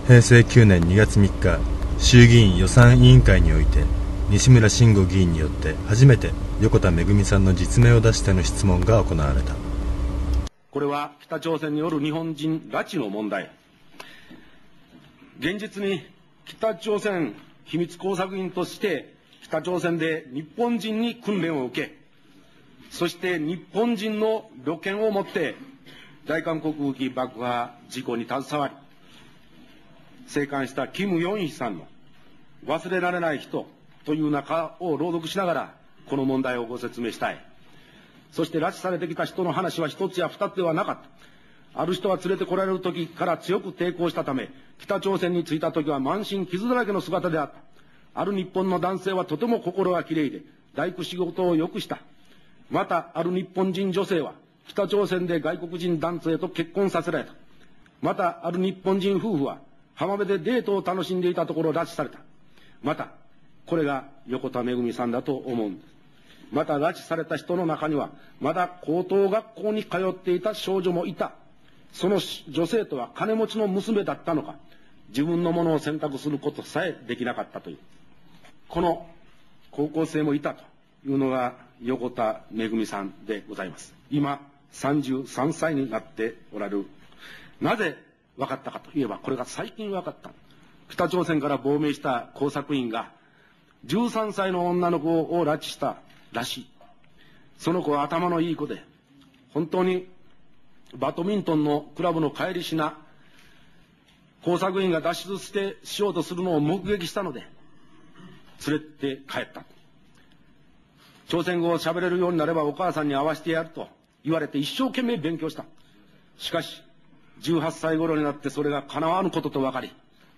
平成9年2月3日、衆議院予算委員会において、西村慎吾議員によって初めて横田めぐみさんの実名を出しての質問が行われた。 これは北朝鮮による日本人拉致の問題。現実に北朝鮮秘密工作員として北朝鮮で日本人に訓練を受け、そして日本人の旅券を持って大韓航空機爆破事故に携わり、生還したキム・ヨンヒさんの忘れられない人という中を朗読しながらこの問題をご説明したい。そして拉致されてきた人の話は一つや二つではなかった。ある人は連れてこられる時から強く抵抗したため、北朝鮮に着いた時は満身傷だらけの姿であった。ある日本の男性はとても心がきれいで大工仕事をよくした。またある日本人女性は北朝鮮で外国人男性と結婚させられた。またある日本人夫婦は浜辺でデートを楽しんでいたところ拉致された。またこれが横田めぐみさんだと思うんです。また拉致された人の中にはまだ高等学校に通っていた少女もいた。その女性とは金持ちの娘だったのか、自分のものを選択することさえできなかったという、この高校生もいたというのが横田めぐみさんでございます。今33歳になっておられる。なぜ分かったかといえば、これが最近分かった。北朝鮮から亡命した工作員が13歳の女の子を拉致したらしい。その子は頭のいい子で、本当にバドミントンのクラブの帰りしな工作員が脱出しようとするのを目撃したので連れて帰った。朝鮮語を喋れるようになればお母さんに会わせてやると言われて一生懸命勉強した。しかし18歳頃になってそれが叶わぬことと分かり、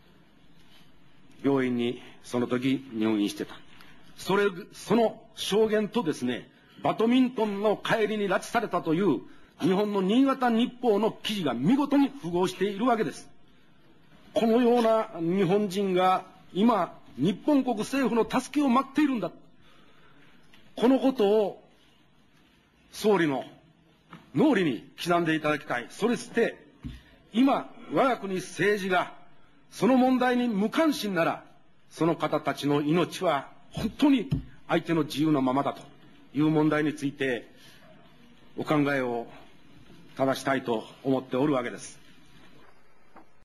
病院にその時入院してた。その証言とですね、バドミントンの帰りに拉致されたという日本の新潟日報の記事が見事に符合しているわけです。このような日本人が今日本国政府の助けを待っているんだ。このことを総理の脳裏に刻んでいただきたい。そして今我が国政治がその問題に無関心なら、その方たちの命は本当に相手の自由のままだという問題についてお考えを正したいと思っておるわけです。